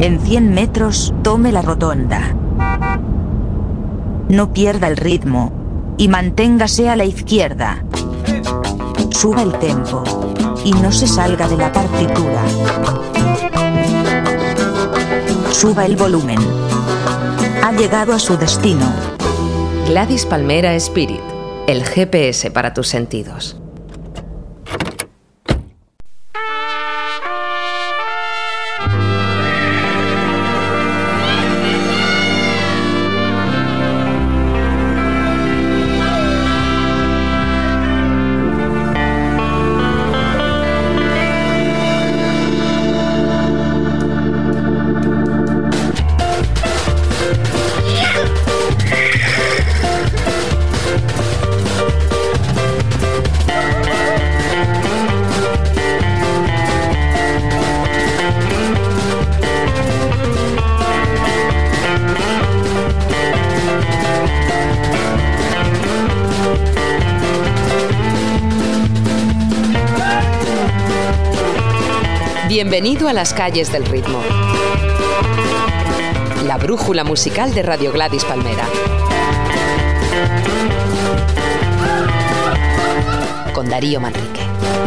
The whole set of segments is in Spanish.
En 100 metros, tome la rotonda. No pierda el ritmo. Y manténgase a la izquierda. Suba el tempo. Y no se salga de la partitura. Suba el volumen. Ha llegado a su destino. Gladys Palmera Spirit, el GPS para tus sentidos. Bienvenido a las calles del ritmo. La brújula musical de Radio Gladys Palmera. Con Darío Manrique.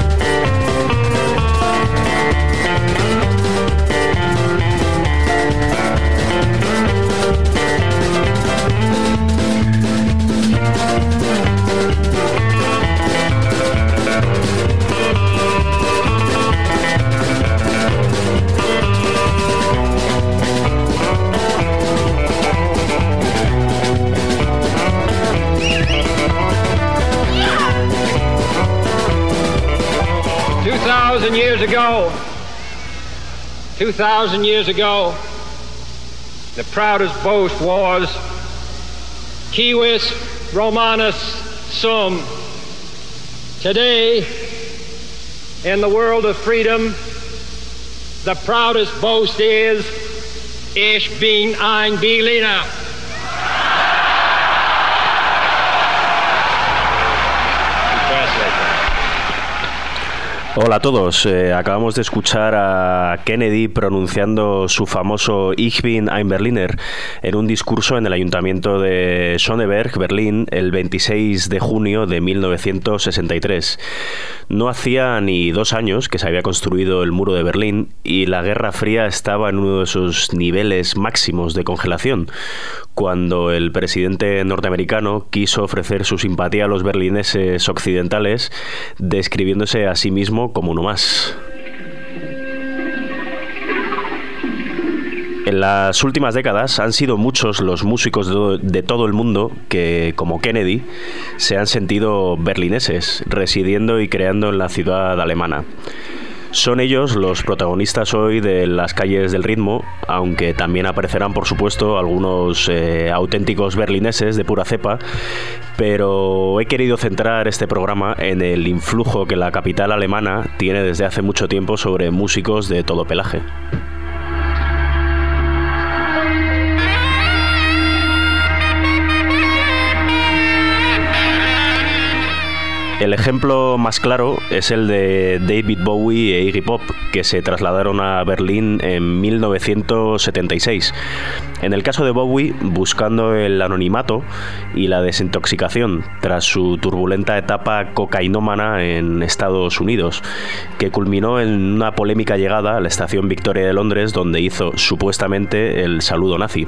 Two thousand years ago, the proudest boast was Civis Romanus Sum. Today, in the world of freedom, the proudest boast is Ich bin ein Berliner. Hola a todos, acabamos de escuchar a Kennedy pronunciando su famoso Ich bin ein Berliner en un discurso en el Ayuntamiento de Schöneberg, Berlín, el 26 de junio de 1963. No hacía ni 2 años que se había construido el muro de Berlín y la Guerra Fría estaba en uno de sus niveles máximos de congelación, cuando el presidente norteamericano quiso ofrecer su simpatía a los berlineses occidentales, describiéndose a sí mismo como uno más. En las últimas décadas han sido muchos los músicos de todo el mundo que, como Kennedy, se han sentido berlineses, residiendo y creando en la ciudad alemana. Son ellos los protagonistas hoy de las calles del ritmo, aunque también aparecerán, por supuesto, algunos auténticos berlineses de pura cepa, pero he querido centrar este programa en el influjo que la capital alemana tiene desde hace mucho tiempo sobre músicos de todo pelaje. El ejemplo más claro es el de David Bowie e Iggy Pop, que se trasladaron a Berlín en 1976. En el caso de Bowie, buscando el anonimato y la desintoxicación tras su turbulenta etapa cocainómana en Estados Unidos, que culminó en una polémica llegada a la estación Victoria de Londres, donde hizo supuestamente el saludo nazi.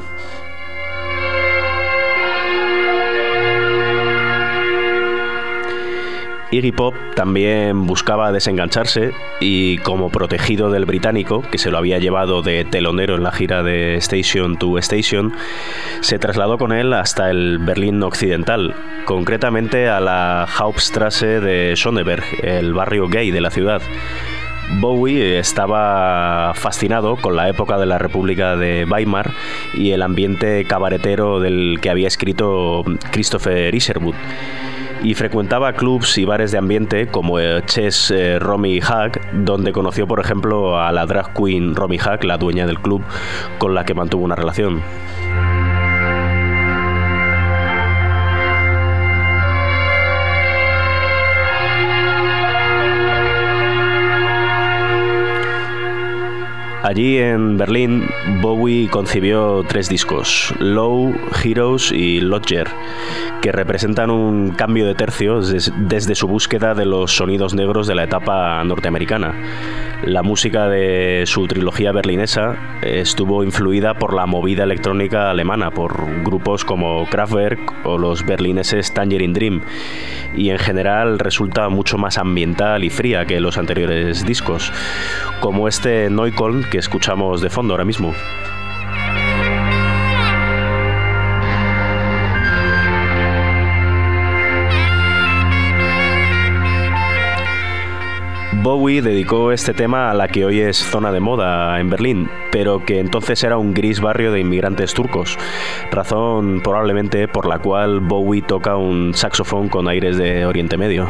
Iggy Pop también buscaba desengancharse y, como protegido del británico, que se lo había llevado de telonero en la gira de Station to Station, se trasladó con él hasta el Berlín occidental, concretamente a la Hauptstraße de Schöneberg, el barrio gay de la ciudad. Bowie estaba fascinado con la época de la República de Weimar y el ambiente cabaretero del que había escrito Christopher Isherwood, y frecuentaba clubs y bares de ambiente como Chess Romy Hack, donde conoció, por ejemplo, a la drag queen Romy Hack, la dueña del club, con la que mantuvo una relación. Allí en Berlín, Bowie concibió 3 discos, Low, Heroes y Lodger, que representan un cambio de tercio desde su búsqueda de los sonidos negros de la etapa norteamericana. La música de su trilogía berlinesa estuvo influida por la movida electrónica alemana, por grupos como Kraftwerk o los berlineses Tangerine Dream, y en general resulta mucho más ambiental y fría que los anteriores discos, como este Neukölln que escuchamos de fondo ahora mismo. Bowie dedicó este tema a la que hoy es zona de moda en Berlín, pero que entonces era un gris barrio de inmigrantes turcos, razón probablemente por la cual Bowie toca un saxofón con aires de Oriente Medio.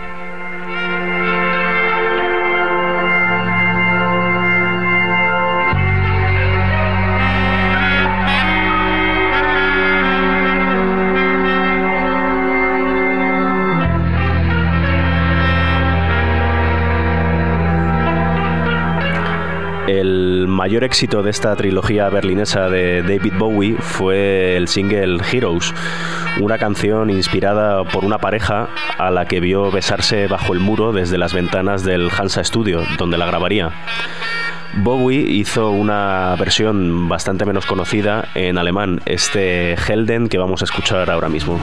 El mayor éxito de esta trilogía berlinesa de David Bowie fue el single Heroes, una canción inspirada por una pareja a la que vio besarse bajo el muro desde las ventanas del Hansa Studio, donde la grabaría. Bowie hizo una versión bastante menos conocida en alemán, este Helden que vamos a escuchar ahora mismo.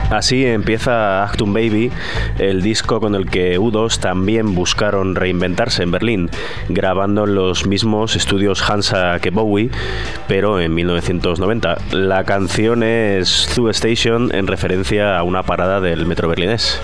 Así empieza Achtung Baby, el disco con el que U2 también buscaron reinventarse en Berlín, grabando en los mismos estudios Hansa que Bowie, pero en 1990. La canción es Zoo Station, en referencia a una parada del metro berlinés.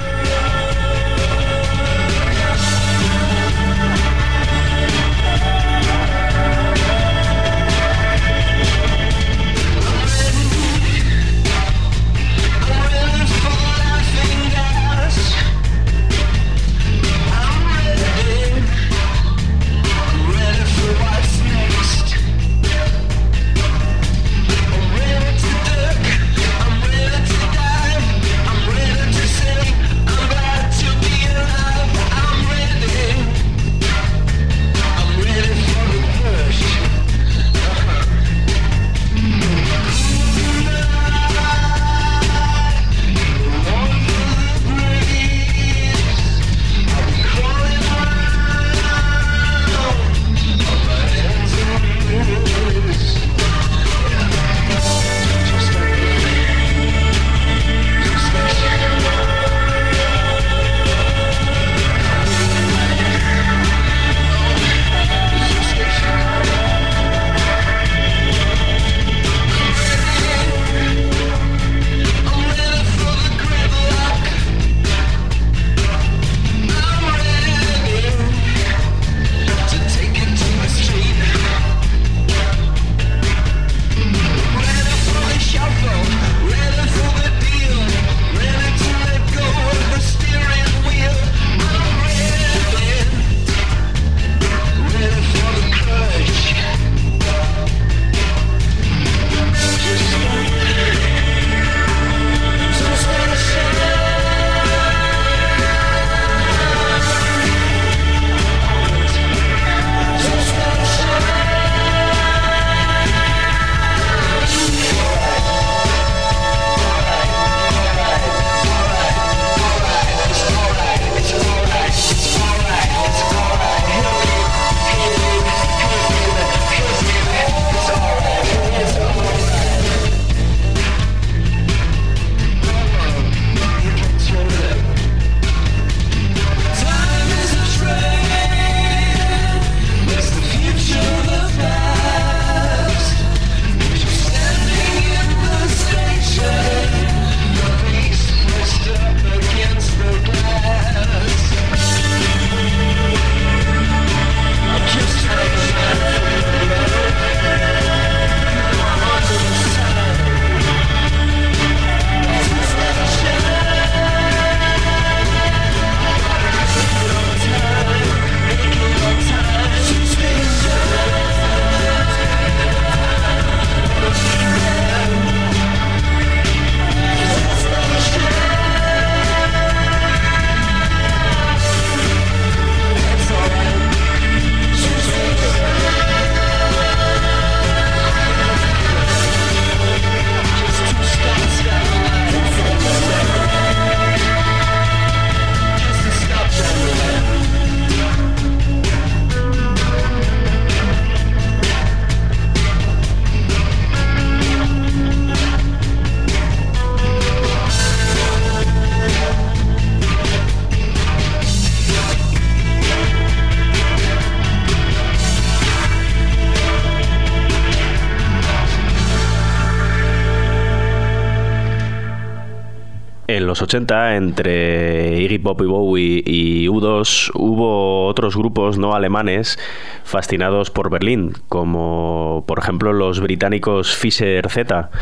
En los 80, entre Iggy Pop y Bowie y U2, hubo otros grupos no alemanes fascinados por Berlín, como por ejemplo los británicos Fisher Z,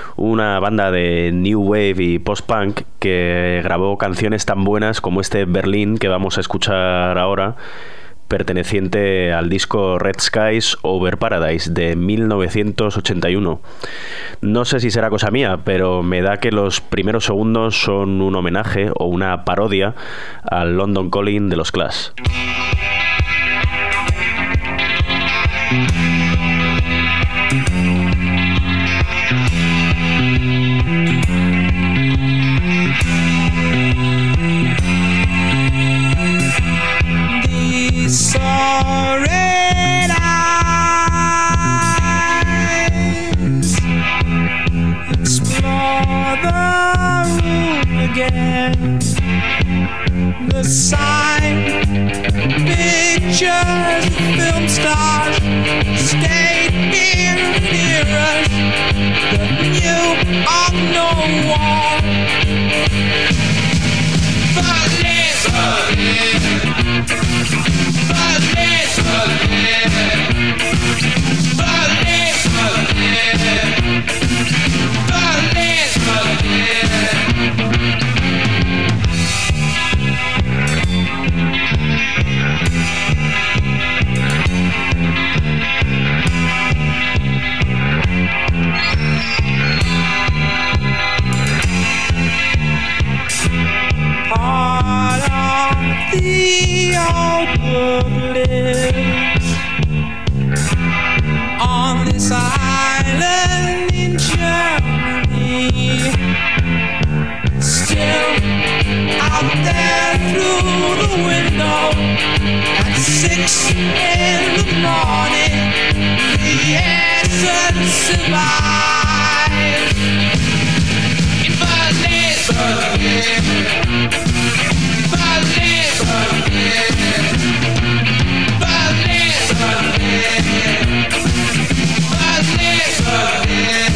una banda de new wave y post-punk que grabó canciones tan buenas como este Berlín que vamos a escuchar ahora, perteneciente al disco Red Skies Over Paradise de 1981. No sé si será cosa mía, pero me da que los primeros segundos son un homenaje o una parodia al London Calling de los Clash. Sorry eyes explore the pictures, film stars stayed here near us, but knew of no war. Berlin, Berlin, Berlin, Berlin, Berlin, Berlin. Part of the old world lives on this island in Germany. Still out there through the window at 6 in the morning, the essence survives. In Berlin, Berlin, Berlin, Berlin, Berlin, Berlin.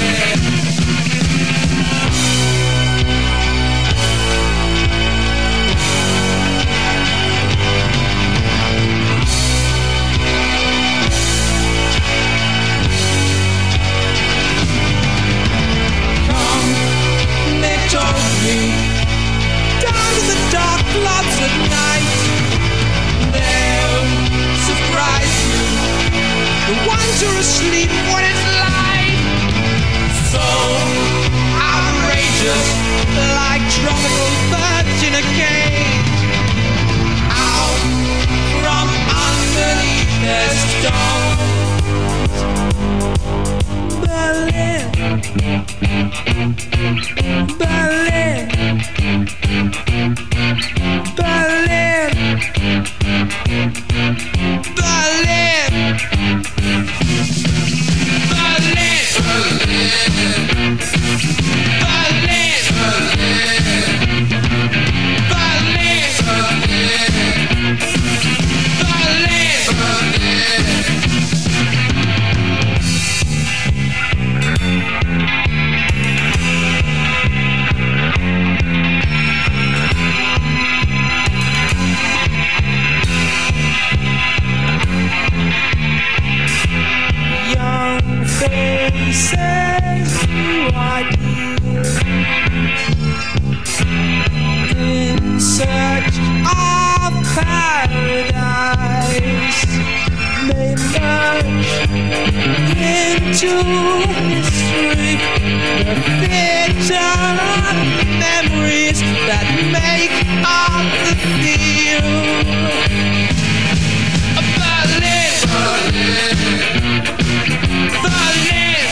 Down to the dark clubs at night, they'll surprise you. The ones who are asleep when it's light, so outrageous, like tropical birds in a cage. Out from underneath their stones, Berlin, Berlin, Berlin, Berlin, Berlin, faces, new ideas, in search of paradise, they merge into history, the theater of memories that make up the field. Berlin, Berlin,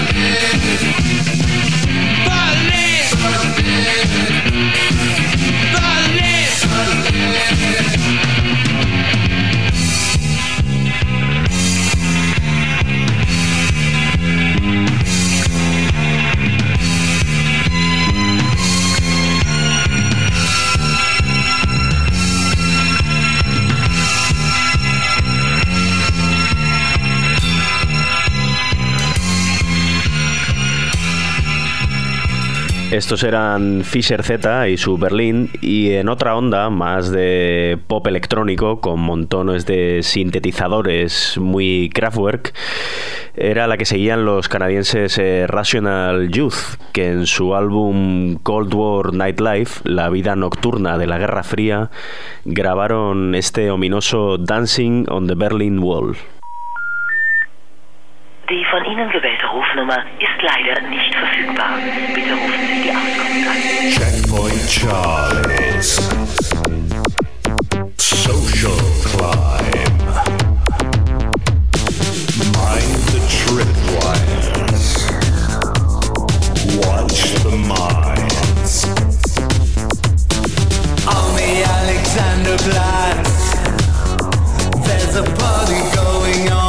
Berlin, Berlin, Estos eran Fisher Z y su Berlín, y en otra onda más de pop electrónico con montones de sintetizadores muy Kraftwerk era la que seguían los canadienses Rational Youth, que en su álbum Cold War Nightlife, la vida nocturna de la Guerra Fría, grabaron este ominoso Dancing on the Berlin Wall. Die von Ihnen gewählte Rufnummer ist leider nicht verfügbar. Bitte rufen Sie die Auskunft an. Checkpoint Charlies. Social climb. Mind the tripwires. Watch the minds. On the Alexanderplatz, there's a party going on.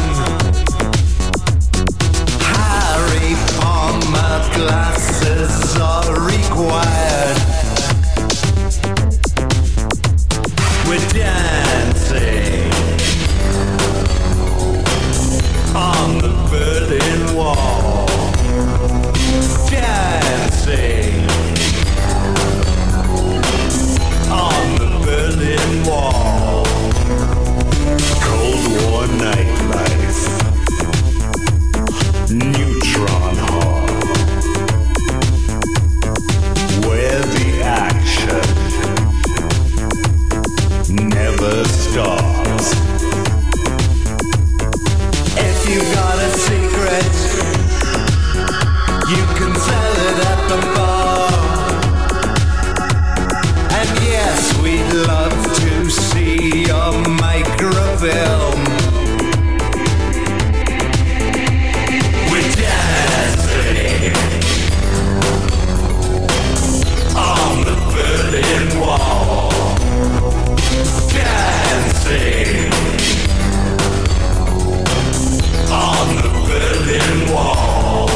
Glasses are required. We're dancing bars. If you got a secret, you can tell it at the bar. And yes, we'd love to see your microfilm. We're dancing on the Berlin Wall. Dancing on the Berlin Wall.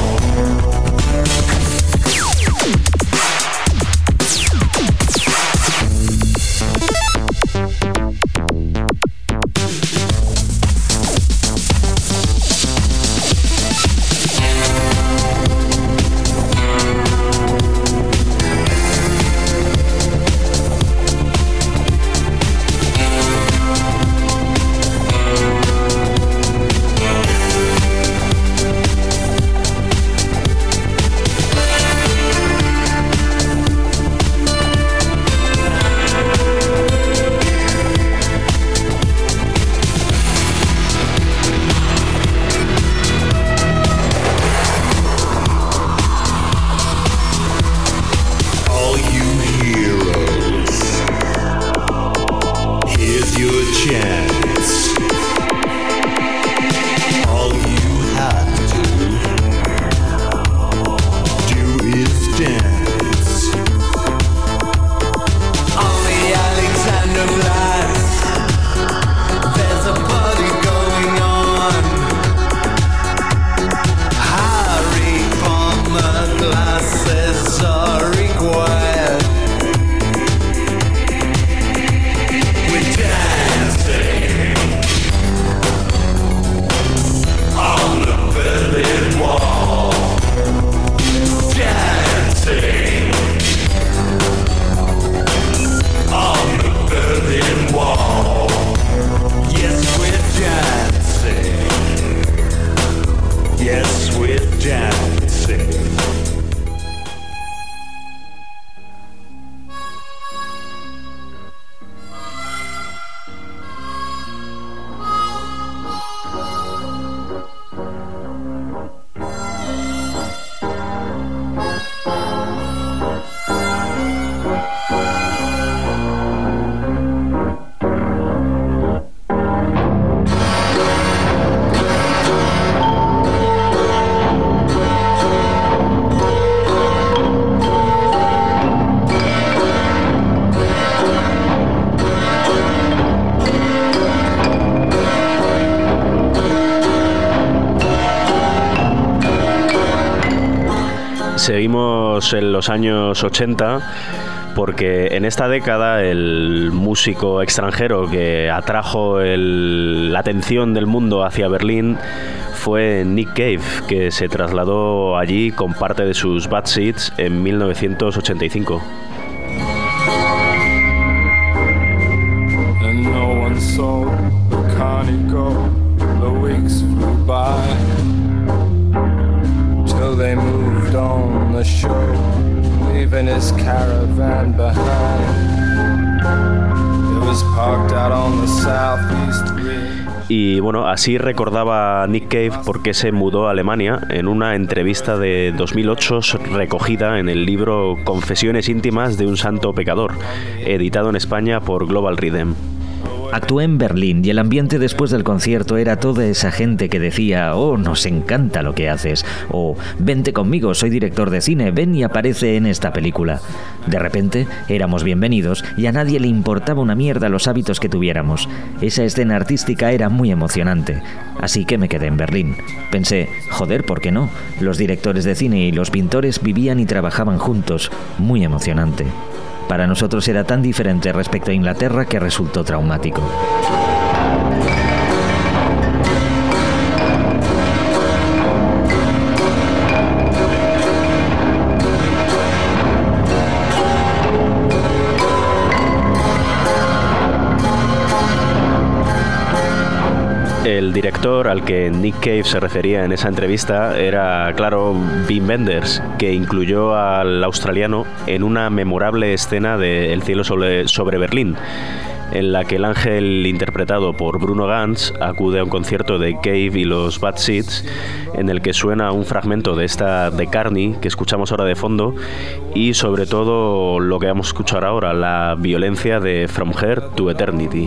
Seguimos en los años 80 porque en esta década el músico extranjero que atrajo la atención del mundo hacia Berlín fue Nick Cave, que se trasladó allí con parte de sus Bad Seeds en 1985. And no one saw the carny go, the weeks flew by. They moved on the shore, leaving his caravan behind. It was parked out on the southeast rim. Y bueno, así recordaba Nick Cave por qué se mudó a Alemania en una entrevista de 2008 recogida en el libro Confesiones íntimas de un santo pecador, editado en España por Global Rhythm. Actué en Berlín y el ambiente después del concierto era toda esa gente que decía: oh, nos encanta lo que haces, o vente conmigo, soy director de cine, ven y aparece en esta película. De repente éramos bienvenidos y a nadie le importaba una mierda los hábitos que tuviéramos. Esa escena artística era muy emocionante, así que me quedé en Berlín. Pensé, joder, ¿por qué no? Los directores de cine y los pintores vivían y trabajaban juntos, muy emocionante. Para nosotros era tan diferente respecto a Inglaterra que resultó traumático. El director al que Nick Cave se refería en esa entrevista era, claro, Wim Wenders, que incluyó al australiano en una memorable escena de El cielo sobre Berlín. en la que el ángel interpretado por Bruno Ganz acude a un concierto de Cave y los Bad Seeds, en el que suena un fragmento de esta de Carney que escuchamos ahora de fondo, y sobre todo lo que vamos a escuchar ahora, la violencia de From Here to Eternity.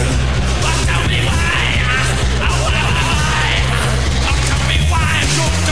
Tell me why.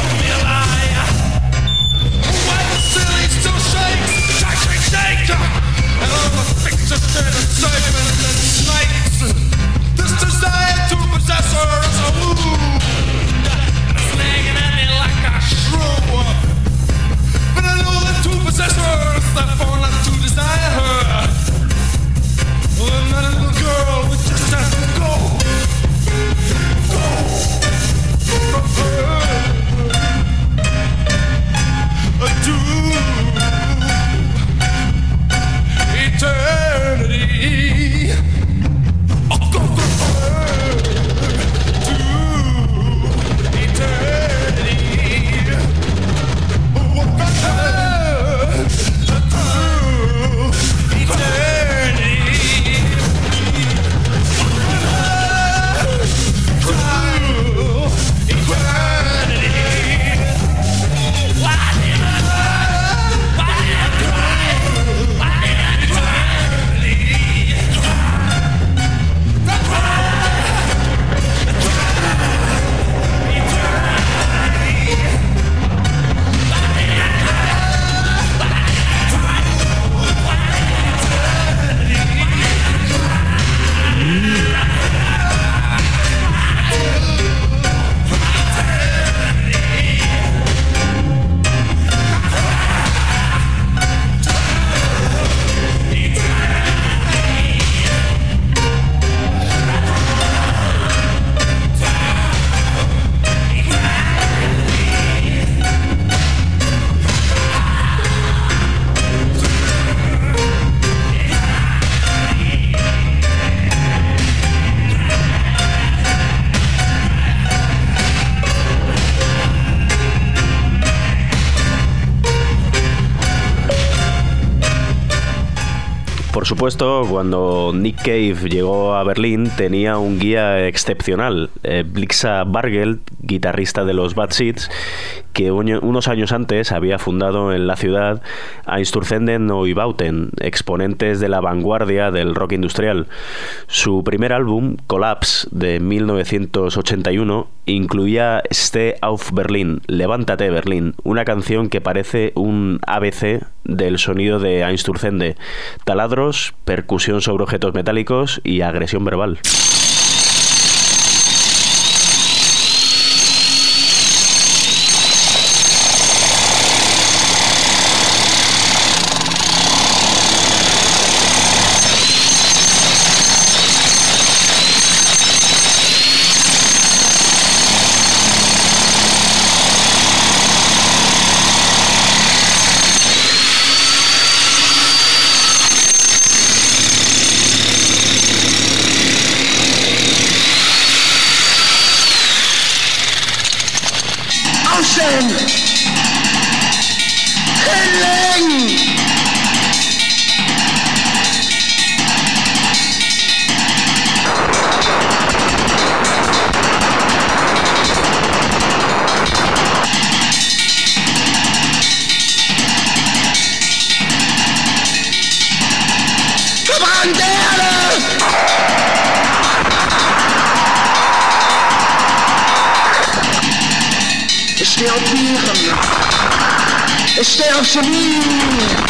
Por supuesto, cuando Nick Cave llegó a Berlín tenía un guía excepcional, Blixa Bargeld, guitarrista de los Bad Seeds, que unos años antes había fundado en la ciudad Einstürzende Neubauten, exponentes de la vanguardia del rock industrial. Su primer álbum, Collapse, de 1981, incluía Steh auf Berlin, Levántate Berlín, una canción que parece un ABC del sonido de Einstürzende: taladros, percusión sobre objetos metálicos y agresión verbal. Steh auf Chemie!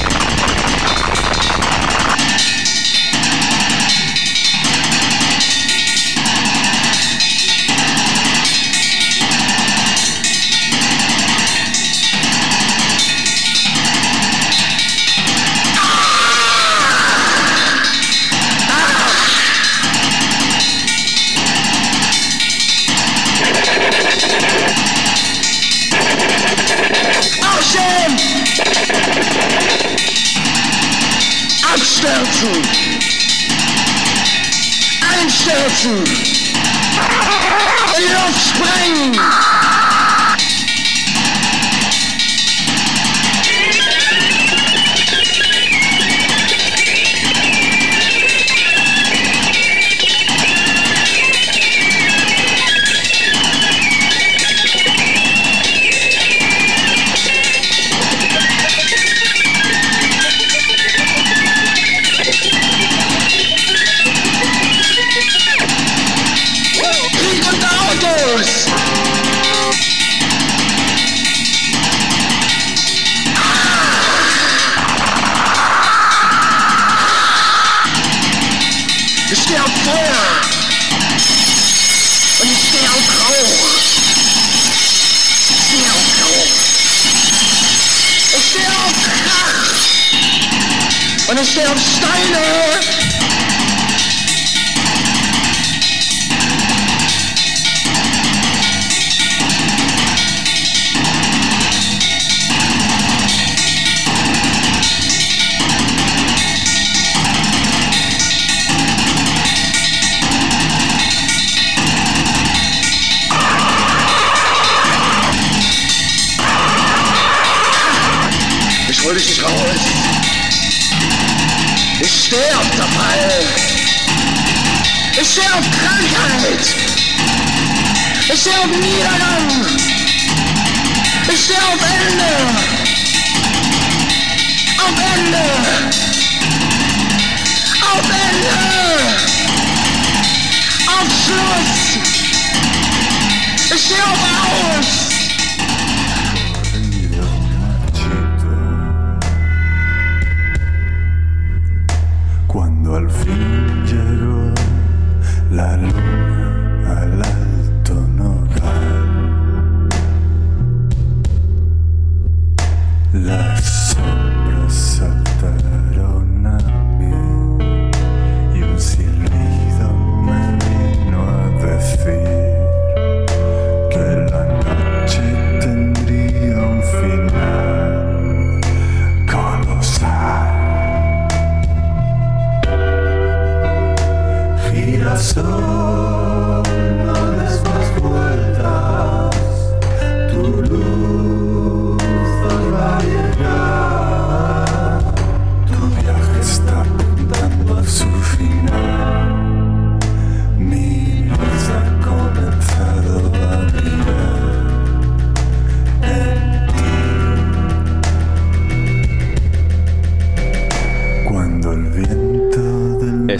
Abstürzen! Einstürzen! In die Luft sprengen! Ich stehe auf Feuer und ich stehe auf Rauch. Ich stehe auf Rauch. Ich stehe auf Krach und ich stehe auf Steine. Hol dich nicht raus. Ich stehe auf Zerfall. Ich stehe auf Krankheit. Ich stehe auf Niedergang. Ich stehe auf Ende. Auf Ende. Auf Ende. Auf Schluss. Ich stehe auf Aus. Al fin llegó la luna al alto nogal.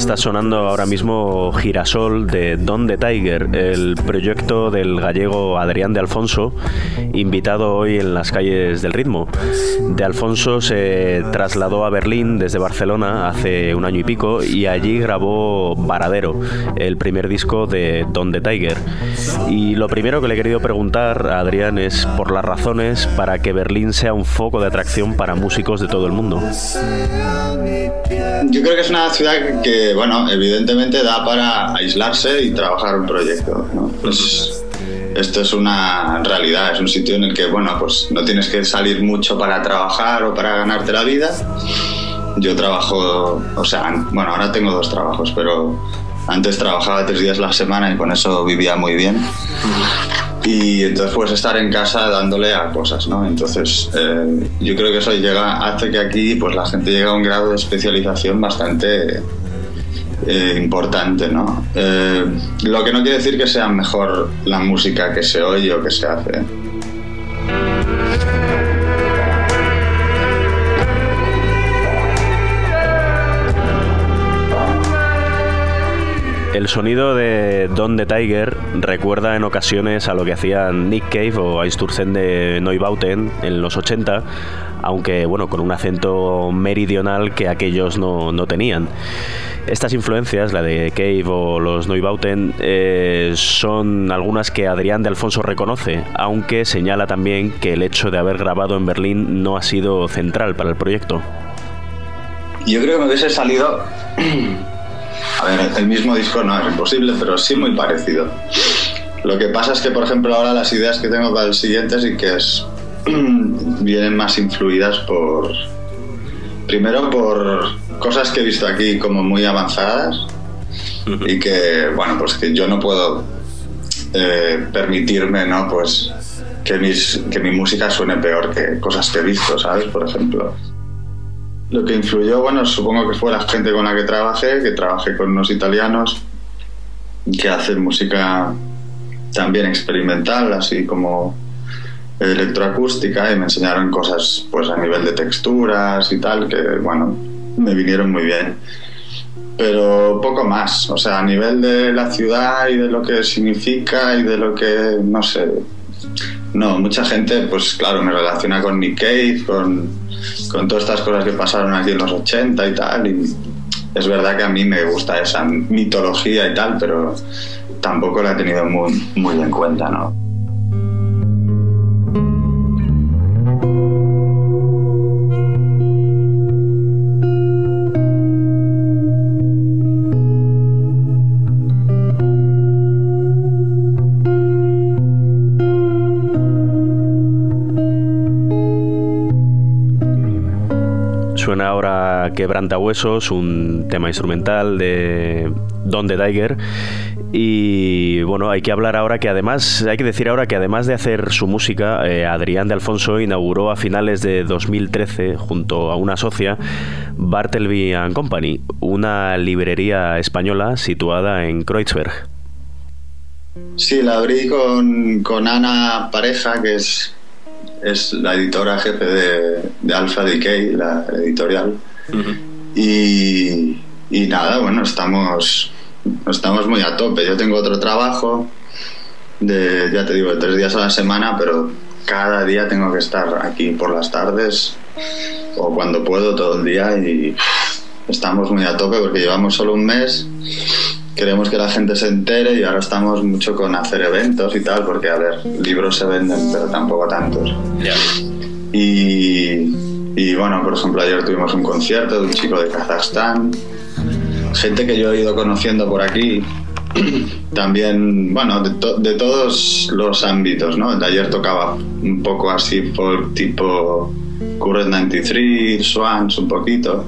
Está sonando ahora mismo Girasol de Don the Tiger, el proyecto del gallego Adrián de Alfonso, invitado hoy en las calles del ritmo. De Alfonso se trasladó a Berlín desde Barcelona hace un año y pico y allí grabó Varadero, el primer disco de Don the Tiger. Y lo primero que le he querido preguntar a Adrián es por las razones para que Berlín sea un foco de atracción para músicos de todo el mundo. Yo creo que es una ciudad que, bueno, evidentemente da para aislarse y trabajar un proyecto, ¿no? Pues esto es una realidad, es un sitio en el que, bueno, pues no tienes que salir mucho para trabajar o para ganarte la vida. Yo trabajo, o sea, bueno, ahora tengo 2 trabajos, pero antes trabajaba 3 días a la semana y con eso vivía muy bien. Y entonces pues estar en casa dándole a cosas, ¿no? Entonces yo creo que eso hace que aquí pues la gente llegue a un grado de especialización bastante importante, ¿no? Lo que no quiere decir que sea mejor la música que se oye o que se hace. El sonido de Don the Tiger recuerda en ocasiones a lo que hacían Nick Cave o Einstürzen Neubauten en los 80, aunque bueno, con un acento meridional que aquellos no tenían. Estas influencias, la de Cave o los Neubauten, son algunas que Adrián de Alfonso reconoce, aunque señala también que el hecho de haber grabado en Berlín no ha sido central para el proyecto. Yo creo que me hubiese salido... A ver, el mismo disco no es imposible, pero sí muy parecido. Lo que pasa es que, por ejemplo, ahora las ideas que tengo para el siguiente sí que vienen más influidas primero por cosas que he visto aquí como muy avanzadas y que, bueno, pues que yo no puedo permitirme, ¿no? Pues que mi música suene peor que cosas que he visto, ¿sabes? Por ejemplo. Lo que influyó, bueno, supongo que fue la gente con la que trabajé con unos italianos que hacen música también experimental, así como electroacústica, y me enseñaron cosas pues a nivel de texturas y tal, que bueno, me vinieron muy bien. Pero poco más, o sea, a nivel de la ciudad y de lo que significa y de lo que, no sé... No, mucha gente, pues claro, me relaciona con Nick Cave, con todas estas cosas que pasaron aquí en los 80 y tal, y es verdad que a mí me gusta esa mitología y tal, pero tampoco la he tenido muy en cuenta, ¿no? Suena ahora Quebrantahuesos, un tema instrumental de Don the Tiger. Y bueno, hay que decir ahora que además de hacer su música, Adrián de Alfonso inauguró a finales de 2013, junto a una socia, Bartleby & Company, una librería española situada en Kreuzberg. Sí, la abrí con Ana Pareja, que es la editora jefe de Alpha Decay, la editorial. Y nada, bueno, estamos muy a tope. Yo tengo otro trabajo ya te digo, de 3 días a la semana, pero cada día tengo que estar aquí por las tardes o cuando puedo todo el día, y estamos muy a tope porque llevamos solo un mes. Queremos que la gente se entere y ahora estamos mucho con hacer eventos y tal, porque, a ver, libros se venden, pero tampoco tantos. Yeah. Y bueno, por ejemplo, ayer tuvimos un concierto de un chico de Kazajstán, gente que yo he ido conociendo por aquí, también, bueno, de todos los ámbitos, ¿no? De ayer tocaba un poco así folk tipo Current 93, Swans, un poquito.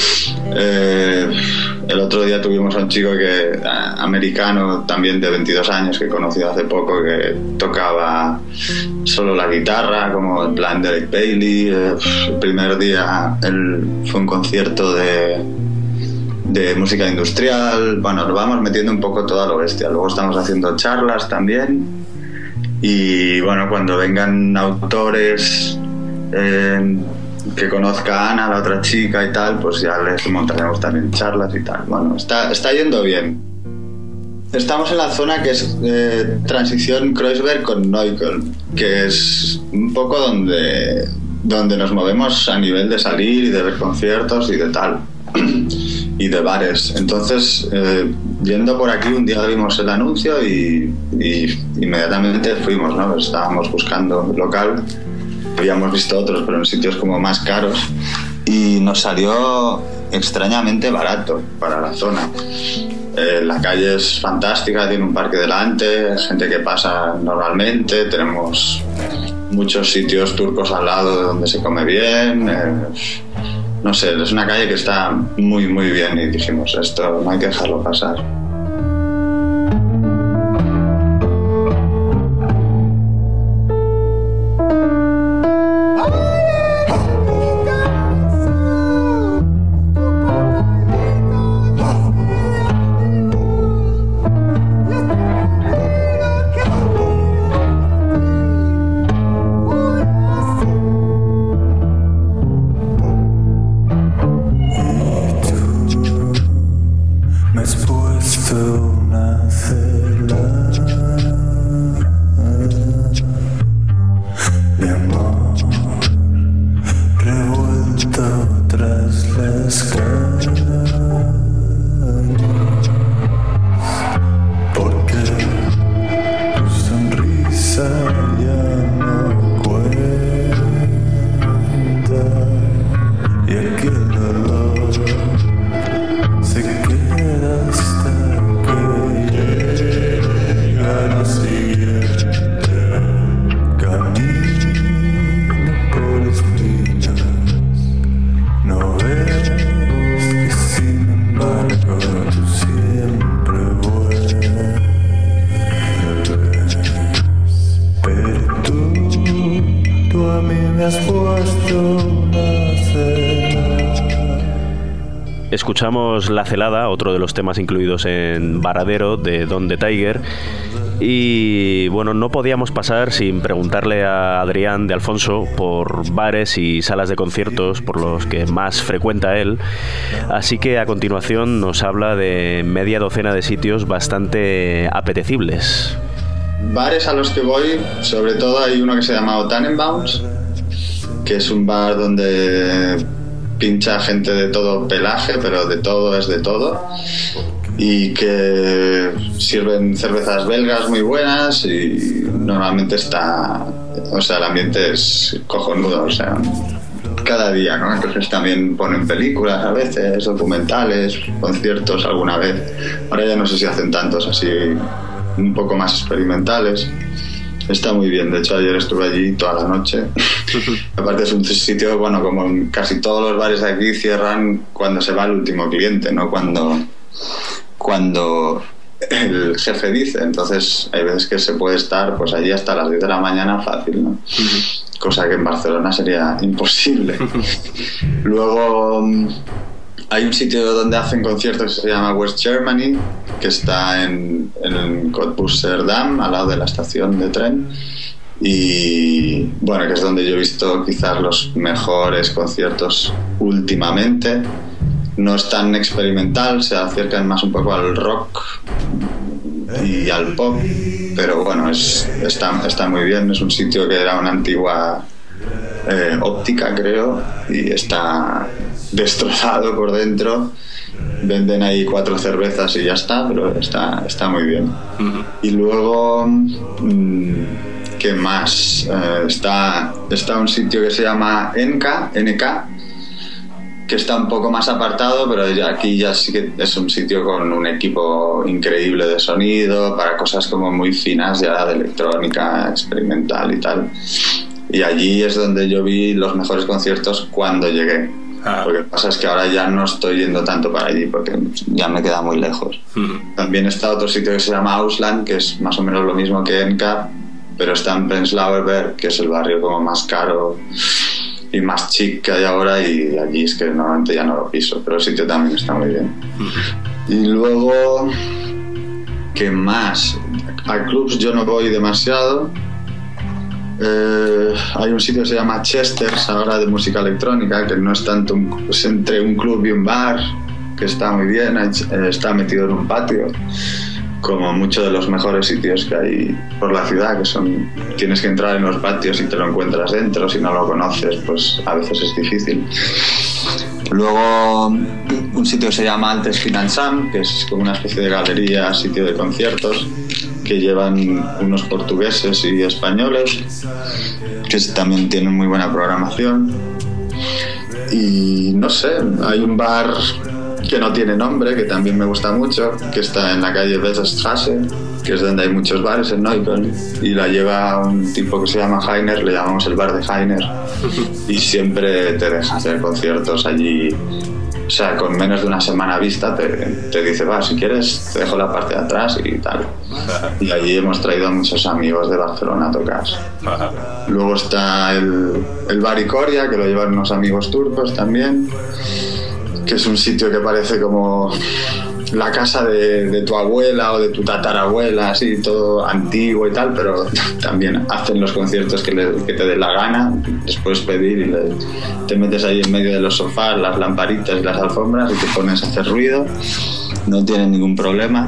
El otro día tuvimos a un chico americano también de 22 años que he conocido hace poco, que tocaba solo la guitarra, como en plan Derek Bailey. El primer día fue un concierto de música industrial. Bueno, nos vamos metiendo un poco toda lo bestia. Luego estamos haciendo charlas también. Y bueno, cuando vengan autores que conozca a Ana, la otra chica y tal, pues ya les montaremos también charlas y tal. Bueno, está yendo bien. Estamos en la zona que es transición Kreuzberg con Neukölln, que es un poco donde nos movemos a nivel de salir y de ver conciertos y de tal, y de bares. Entonces, yendo por aquí, un día vimos el anuncio y inmediatamente fuimos, ¿no? Estábamos buscando local, habíamos visto otros, pero en sitios como más caros, y nos salió extrañamente barato para la zona. La calle es fantástica, tiene un parque delante, gente que pasa normalmente, tenemos muchos sitios turcos al lado de donde se come bien, no sé, es una calle que está muy muy bien y dijimos, esto no hay que dejarlo pasar. Escuchamos La Celada, otro de los temas incluidos en Varadero de Don the Tiger. Y bueno, no podíamos pasar sin preguntarle a Adrián de Alfonso por bares y salas de conciertos por los que más frecuenta él. Así que a continuación nos habla de media docena de sitios bastante apetecibles. Bares a los que voy, sobre todo hay uno que se llama Tannenbaums, que es un bar donde pincha gente de todo pelaje, pero de todo es de todo, y que sirven cervezas belgas muy buenas y normalmente el ambiente es cojonudo, o sea, cada día, ¿no? Entonces también ponen películas a veces, documentales, conciertos alguna vez. Ahora ya no sé si hacen tantos así un poco más experimentales. Está muy bien, de hecho ayer estuve allí toda la noche. Aparte es un sitio, bueno, como en casi todos los bares de aquí cierran cuando se va el último cliente, no cuando el jefe dice. Entonces hay veces que se puede estar pues allí hasta las 10 de la mañana fácil, ¿no? Cosa que en Barcelona sería imposible. Luego hay un sitio donde hacen conciertos que se llama West Germany, que está en Cottbusser-Damm, al lado de la estación de tren, y bueno, que es donde yo he visto quizás los mejores conciertos últimamente. No es tan experimental, se acercan más un poco al rock y al pop, pero bueno, está muy bien. Es un sitio que era una antigua óptica, creo, y está destrozado por dentro. Venden ahí 4 cervezas y ya está, pero está muy bien. Y luego, ¿qué más? Está un sitio que se llama NK, que está un poco más apartado, pero aquí ya sí que es un sitio con un equipo increíble de sonido para cosas como muy finas ya de electrónica experimental y tal. Y allí es donde yo vi los mejores conciertos cuando llegué. Lo que pasa es que ahora ya no estoy yendo tanto para allí porque ya me queda muy lejos. También está otro sitio que se llama Ausland, que es más o menos lo mismo que Enka, pero está en Prenzlauer Berg, que es el barrio como más caro y más chic que hay ahora, y allí es que normalmente ya no lo piso, pero el sitio también está muy bien. Y luego, ¿qué más? A clubs yo no voy demasiado, Hay un sitio que se llama Chester's ahora de música electrónica, que no es tanto es entre un club y un bar, que está muy bien, está metido en un patio, como muchos de los mejores sitios que hay por la ciudad, que son, tienes que entrar en los patios y te lo encuentras dentro, si no lo conoces pues a veces es difícil. Luego un sitio que se llama Altes Finansam, que es como una especie de galería, sitio de conciertos, que llevan unos portugueses y españoles, que también tienen muy buena programación. Y no sé, hay un bar que no tiene nombre, que también me gusta mucho, que está en la calle Weserstraße, que es donde hay muchos bares en Neukölln, y la lleva un tipo que se llama Heiner, le llamamos el bar de Heiner, y siempre te deja hacer conciertos allí. O sea, con menos de una semana vista te dice, va, si quieres te dejo la parte de atrás y tal. Y allí hemos traído a muchos amigos de Barcelona a tocar. Luego está el bar Ikoria, que lo llevan unos amigos turcos también, que es un sitio que parece como la casa de tu abuela o de tu tatarabuela, así todo antiguo y tal, pero también hacen los conciertos que te dé la gana. Les puedes pedir y te metes ahí en medio de los sofás, las lamparitas y las alfombras y te pones a hacer ruido, no tienen ningún problema.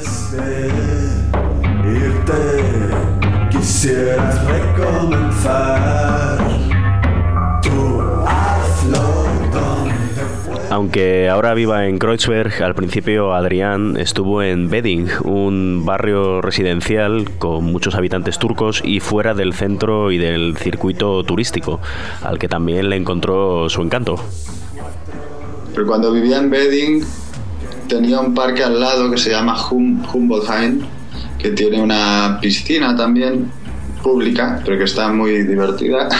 Quisieras recomenzar tu hazlo. Aunque ahora viva en Kreuzberg, al principio Adrián estuvo en Wedding, un barrio residencial con muchos habitantes turcos y fuera del centro y del circuito turístico, al que también le encontró su encanto. Pero cuando vivía en Wedding tenía un parque al lado que se llama Humboldthain, que tiene una piscina también pública, pero que está muy divertida.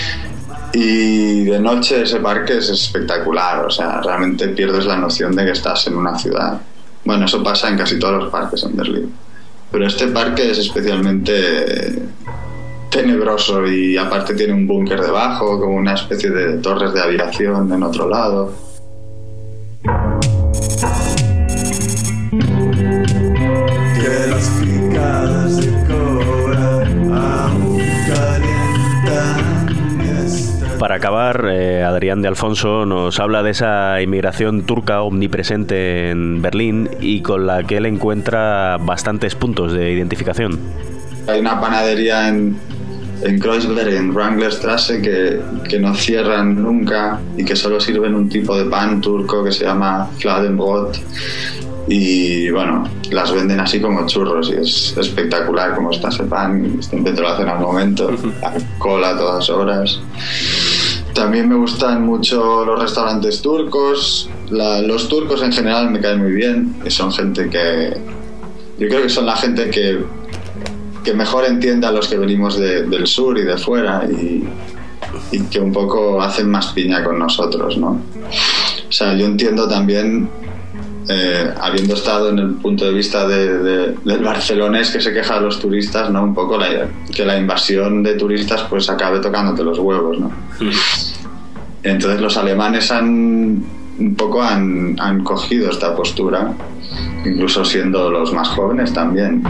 Y de noche ese parque es espectacular, o sea, realmente pierdes la noción de que estás en una ciudad. Bueno, eso pasa en casi todos los parques en Berlín, pero este parque es especialmente tenebroso y aparte tiene un búnker debajo, como una especie de torres de aviación en otro lado. Que las picadas de cobra aún calientan. Para acabar, Adrián de Alfonso nos habla de esa inmigración turca omnipresente en Berlín y con la que él encuentra bastantes puntos de identificación. Hay una panadería en Kreuzberg, en Wranglerstraße, que no cierran nunca y que solo sirven un tipo de pan turco que se llama Fladenbrot. Y bueno, las venden así como churros y es espectacular cómo está ese pan y siempre te lo hacen al momento, a cola a todas horas. También me gustan mucho los restaurantes turcos. Los turcos en general me caen muy bien, y son gente que... Yo creo que son la gente que mejor entiende a los que venimos del sur y de fuera y que un poco hacen más piña con nosotros, ¿no? O sea, yo entiendo también... habiendo estado en el punto de vista del barcelonés que se queja de los turistas, ¿no? Un poco que la invasión de turistas pues acabe tocándote los huevos, ¿no? Entonces los alemanes han cogido esta postura, incluso siendo los más jóvenes también.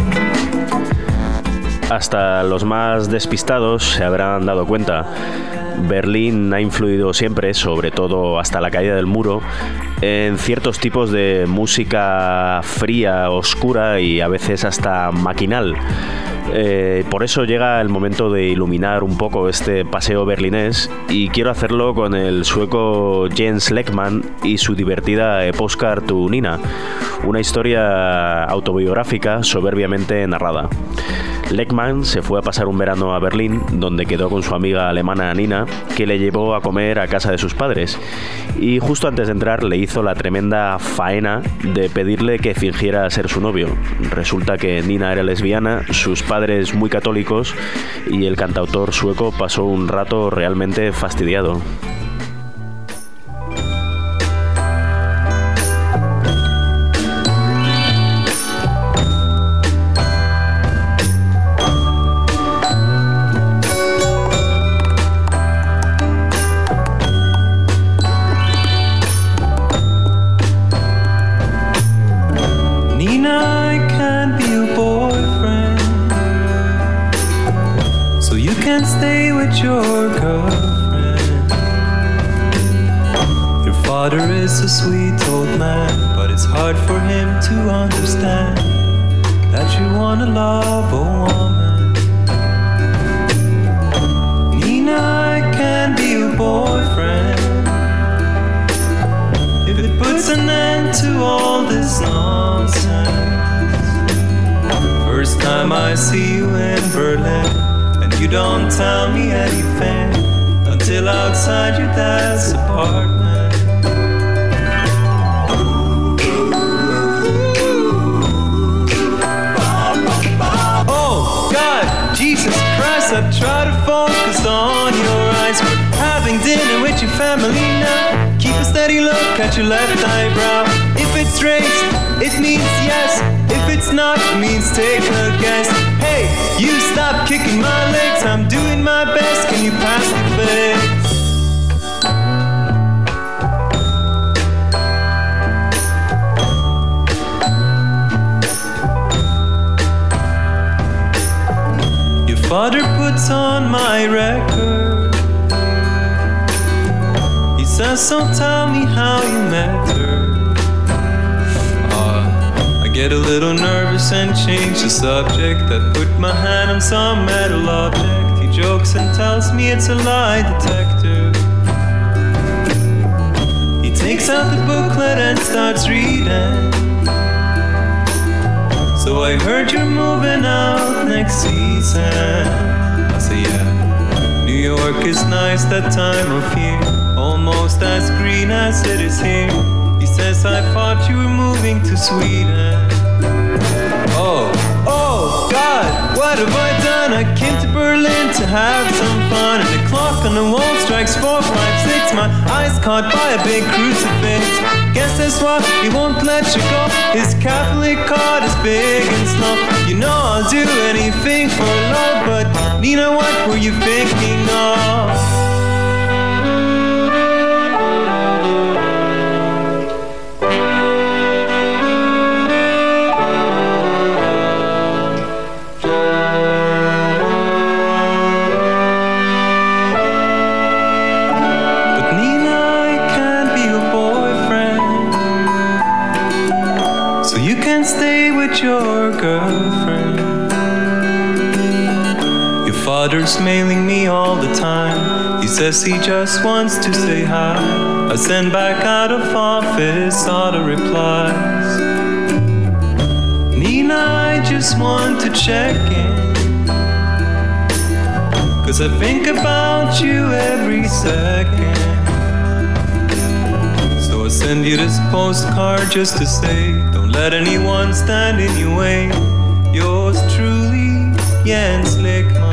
Hasta los más despistados se habrán dado cuenta. Berlín ha influido siempre, sobre todo hasta la caída del muro, en ciertos tipos de música fría, oscura y a veces hasta maquinal. Por eso llega el momento de iluminar un poco este paseo berlinés, y quiero hacerlo con el sueco Jens Lekman y su divertida Postcard to Nina, una historia autobiográfica soberbiamente narrada. Lekman se fue a pasar un verano a Berlín, donde quedó con su amiga alemana Nina, que le llevó a comer a casa de sus padres, y justo antes de entrar le hizo la tremenda faena de pedirle que fingiera ser su novio. Resulta que Nina era lesbiana, sus padres muy católicos, y el cantautor sueco pasó un rato realmente fastidiado. A sweet old man, but it's hard for him to understand that you wanna love a woman. Nina, I can be your boyfriend if it puts an end to all this nonsense. First time I see you in Berlin, and you don't tell me anything until outside your dad's apartment. Jesus Christ, I try to focus on your eyes. We're having dinner with your family now. Keep a steady look at your left eyebrow. If it's raised, it means yes. If it's not, it means take a guess. Hey, you stop kicking my legs. I'm doing my best. Can you pass the fix? Father puts on my record. He says, so tell me how you met her. I get a little nervous and change the subject. I put my hand on some metal object. He jokes and tells me it's a lie detector. He takes out the booklet and starts reading. So I heard you're moving out next season. I say yeah. New York is nice that time of year, almost as green as it is here. He says I thought you were moving to Sweden. Oh God, what have I done? I came to Berlin to have some fun, and the clock on the wall strikes 4, 5, 6. My eyes caught by a big crucifix. Guess that's why he won't let you go. His Catholic heart is big and slow. You know I'll do anything for love, but Nina, what were you thinking of? Your girlfriend. Your father's mailing me all the time. He says he just wants to say hi. I send back out of office all the replies. Nina, I just want to check in, 'cause I think about you every second. So I send you this postcard just to say, don't let anyone stand in your way. Yours truly, Jens Lekman.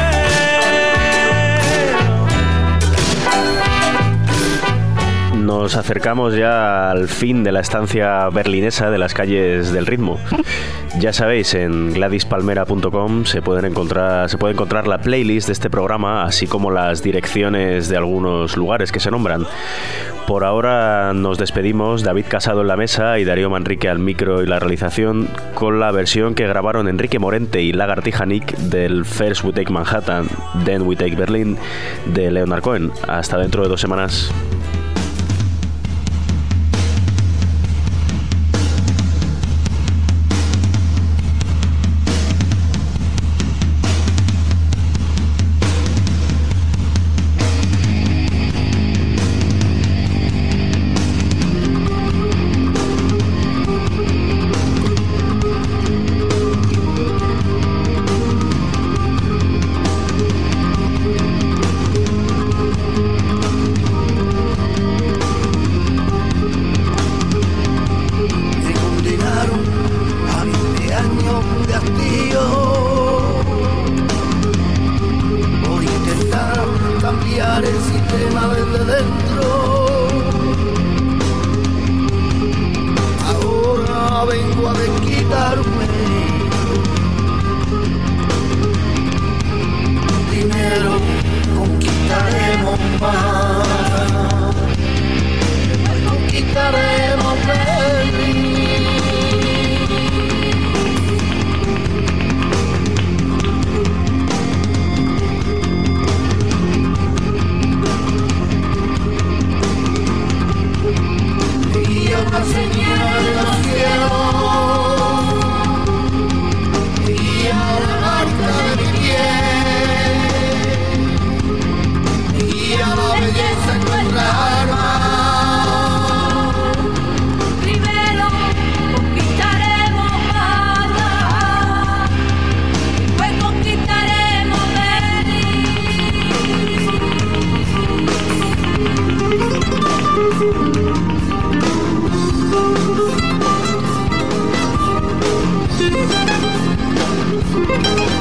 Nos nos acercamos ya al fin de la estancia berlinesa de las calles del ritmo. Ya sabéis, en gladyspalmera.com se puede encontrar la playlist de este programa, así como las direcciones de algunos lugares que se nombran. Por ahora nos despedimos, David Casado en la mesa y Darío Manrique al micro y la realización, con la versión que grabaron Enrique Morente y Lagartija Nick del First We Take Manhattan, Then We Take Berlin de Leonard Cohen. Hasta dentro de 2 semanas. Thank you.